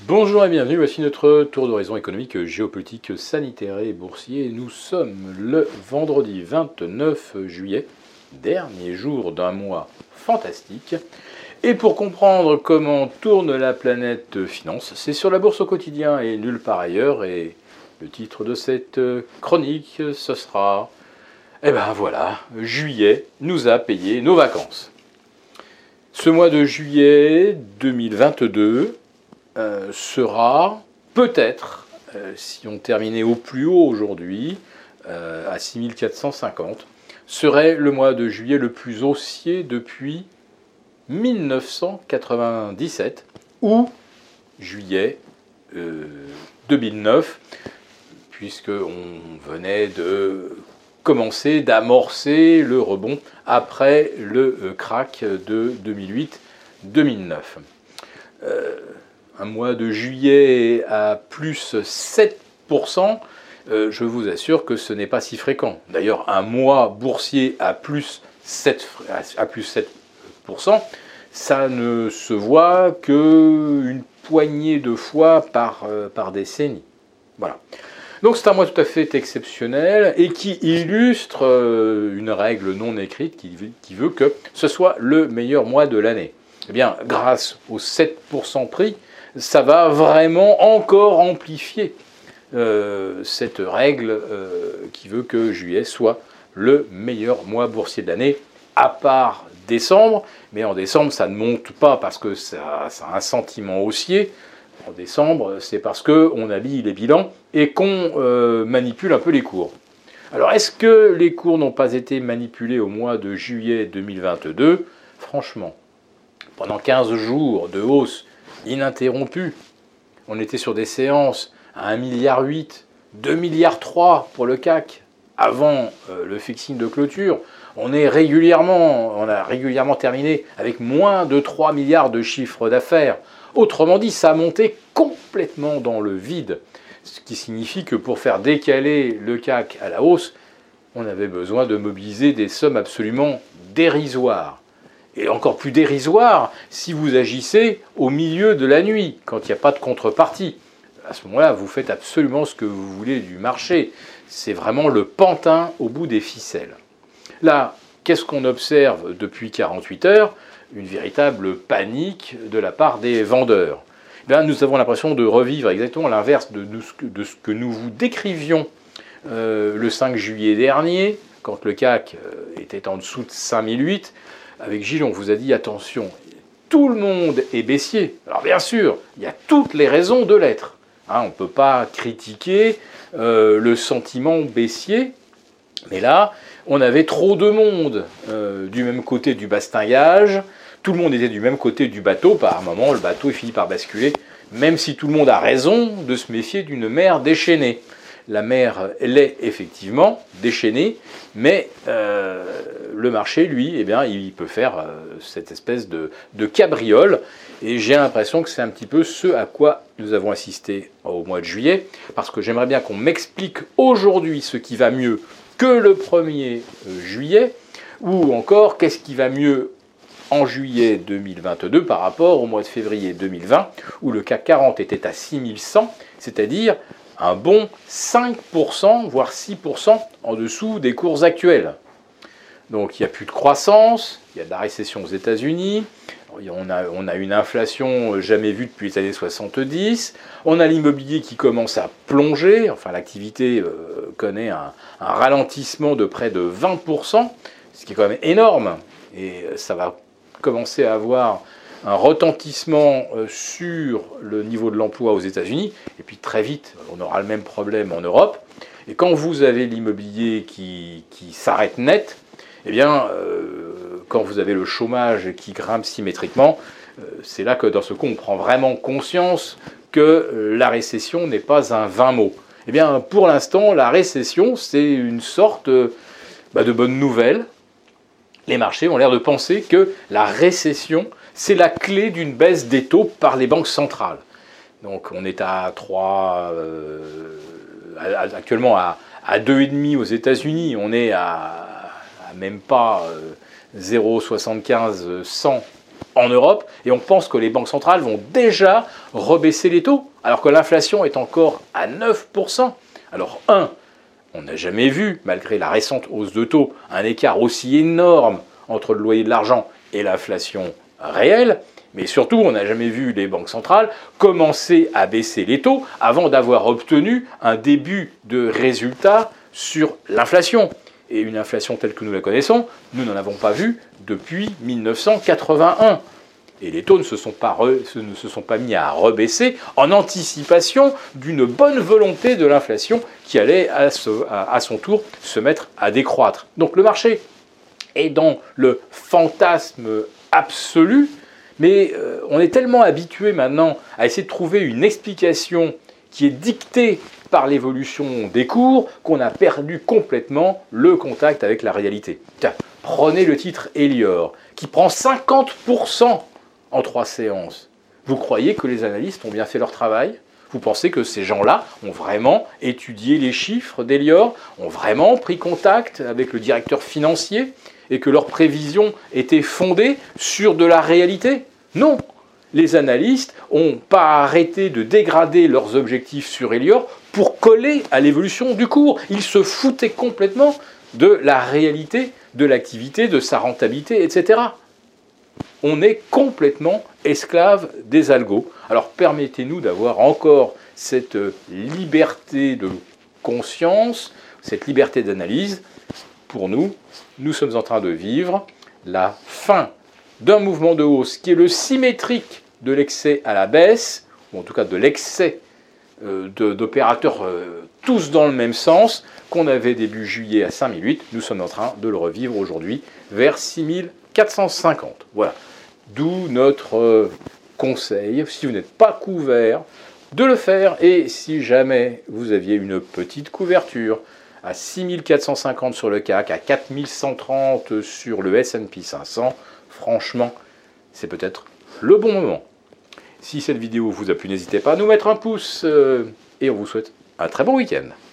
Bonjour et bienvenue, voici notre tour d'horizon économique, géopolitique, sanitaire et boursier. Nous sommes le vendredi 29 juillet, dernier jour d'un mois fantastique. Et pour comprendre comment tourne la planète finance, c'est sur la bourse au quotidien et nulle part ailleurs. Et le titre de cette chronique, ce sera... Eh ben voilà, juillet nous a payé nos vacances. Ce mois de juillet 2022... sera peut-être, si on terminait au plus haut aujourd'hui, à 6450, serait le mois de juillet le plus haussier depuis 1997 ou juillet 2009, puisqu'on venait de commencer, d'amorcer le rebond après le crack de 2008-2009. Un mois de juillet à plus 7%, je vous assure que ce n'est pas si fréquent. D'ailleurs, un mois boursier à plus 7%, ça ne se voit qu'une poignée de fois par décennie. Voilà. Donc c'est un mois tout à fait exceptionnel et qui illustre une règle non écrite qui veut que ce soit le meilleur mois de l'année. Eh bien, grâce aux 7% pris, ça va vraiment encore amplifier cette règle qui veut que juillet soit le meilleur mois boursier de l'année, à part décembre. Mais en décembre, ça ne monte pas parce que ça a un sentiment haussier. En décembre, c'est parce qu'on habille les bilans et qu'on manipule un peu les cours. Alors, est-ce que les cours n'ont pas été manipulés au mois de juillet 2022 ? Franchement, pendant 15 jours de hausse ininterrompue, on était sur des séances à 1,8 milliard, 2,3 milliards pour le CAC avant le fixing de clôture. On a régulièrement terminé avec moins de 3 milliards de chiffre d'affaires. Autrement dit, ça a monté complètement dans le vide, ce qui signifie que pour faire décaler le CAC à la hausse, on avait besoin de mobiliser des sommes absolument dérisoires. Et encore plus dérisoire si vous agissez au milieu de la nuit, quand il n'y a pas de contrepartie. À ce moment-là, vous faites absolument ce que vous voulez du marché. C'est vraiment le pantin au bout des ficelles. Là, qu'est-ce qu'on observe depuis 48 heures ? Une véritable panique de la part des vendeurs. Eh bien, nous avons l'impression de revivre exactement l'inverse de ce que nous vous décrivions le 5 juillet dernier, quand le CAC était en dessous de 5008. Avec Gilles, on vous a dit, attention, tout le monde est baissier. Alors bien sûr, il y a toutes les raisons de l'être. On ne peut pas critiquer le sentiment baissier, mais là, on avait trop de monde du même côté du bastingage, tout le monde était du même côté du bateau, par un moment, le bateau finit par basculer, même si tout le monde a raison de se méfier d'une mer déchaînée. La mer, elle est effectivement déchaînée, mais le marché, lui, eh bien, il peut faire cette espèce de cabriole. Et j'ai l'impression que c'est un petit peu ce à quoi nous avons assisté au mois de juillet, parce que j'aimerais bien qu'on m'explique aujourd'hui ce qui va mieux que le 1er juillet, ou encore qu'est-ce qui va mieux en juillet 2022 par rapport au mois de février 2020, où le CAC 40 était à 6100, c'est-à-dire un bon 5%, voire 6% en dessous des cours actuels. Donc il n'y a plus de croissance, il y a de la récession aux États-Unis, on a une inflation jamais vue depuis les années 70, on a l'immobilier qui commence à plonger, enfin l'activité connaît un ralentissement de près de 20%, ce qui est quand même énorme, et ça va commencer à avoir un retentissement sur le niveau de l'emploi aux États-Unis, et puis très vite, on aura le même problème en Europe. Et quand vous avez l'immobilier qui s'arrête net, eh bien, quand vous avez le chômage qui grimpe symétriquement, c'est là que, dans ce coup, on prend vraiment conscience que la récession n'est pas un vain mot. Eh bien, pour l'instant, la récession, c'est une sorte de bonne nouvelle. Les marchés ont l'air de penser que la récession, c'est la clé d'une baisse des taux par les banques centrales. Donc on est à 3, actuellement à 2,5 aux États-Unis, on est à même pas 0,75 100 en Europe, et on pense que les banques centrales vont déjà rebaisser les taux, alors que l'inflation est encore à 9%. Alors, on n'a jamais vu, malgré la récente hausse de taux, un écart aussi énorme entre le loyer de l'argent et l'inflation réelle, mais surtout, on n'a jamais vu les banques centrales commencer à baisser les taux avant d'avoir obtenu un début de résultat sur l'inflation. Et une inflation telle que nous la connaissons, nous n'en avons pas vu depuis 1981. Et les taux ne se sont pas mis à rebaisser en anticipation d'une bonne volonté de l'inflation qui allait à son tour se mettre à décroître. Donc le marché est dans le fantasme absolu, mais on est tellement habitué maintenant à essayer de trouver une explication qui est dictée par l'évolution des cours qu'on a perdu complètement le contact avec la réalité. Tiens, prenez le titre Elior, qui prend 50% en 3 séances. Vous croyez que les analystes ont bien fait leur travail ? Vous pensez que ces gens-là ont vraiment étudié les chiffres d'Elior, ont vraiment pris contact avec le directeur financier et que leurs prévisions étaient fondées sur de la réalité ? Non. Les analystes n'ont pas arrêté de dégrader leurs objectifs sur Elior pour coller à l'évolution du cours. Ils se foutaient complètement de la réalité de l'activité, de sa rentabilité, etc. On est complètement esclave des algos. Alors permettez-nous d'avoir encore cette liberté de conscience, cette liberté d'analyse. Pour nous, nous sommes en train de vivre la fin d'un mouvement de hausse qui est le symétrique de l'excès à la baisse, ou en tout cas de l'excès d'opérateurs tous dans le même sens, qu'on avait début juillet à 5008. Nous sommes en train de le revivre aujourd'hui vers 6450. Voilà. D'où notre conseil, si vous n'êtes pas couvert, de le faire. Et si jamais vous aviez une petite couverture à 6450 sur le CAC, à 4130 sur le S&P 500, franchement, c'est peut-être le bon moment. Si cette vidéo vous a plu, n'hésitez pas à nous mettre un pouce et on vous souhaite un très bon week-end.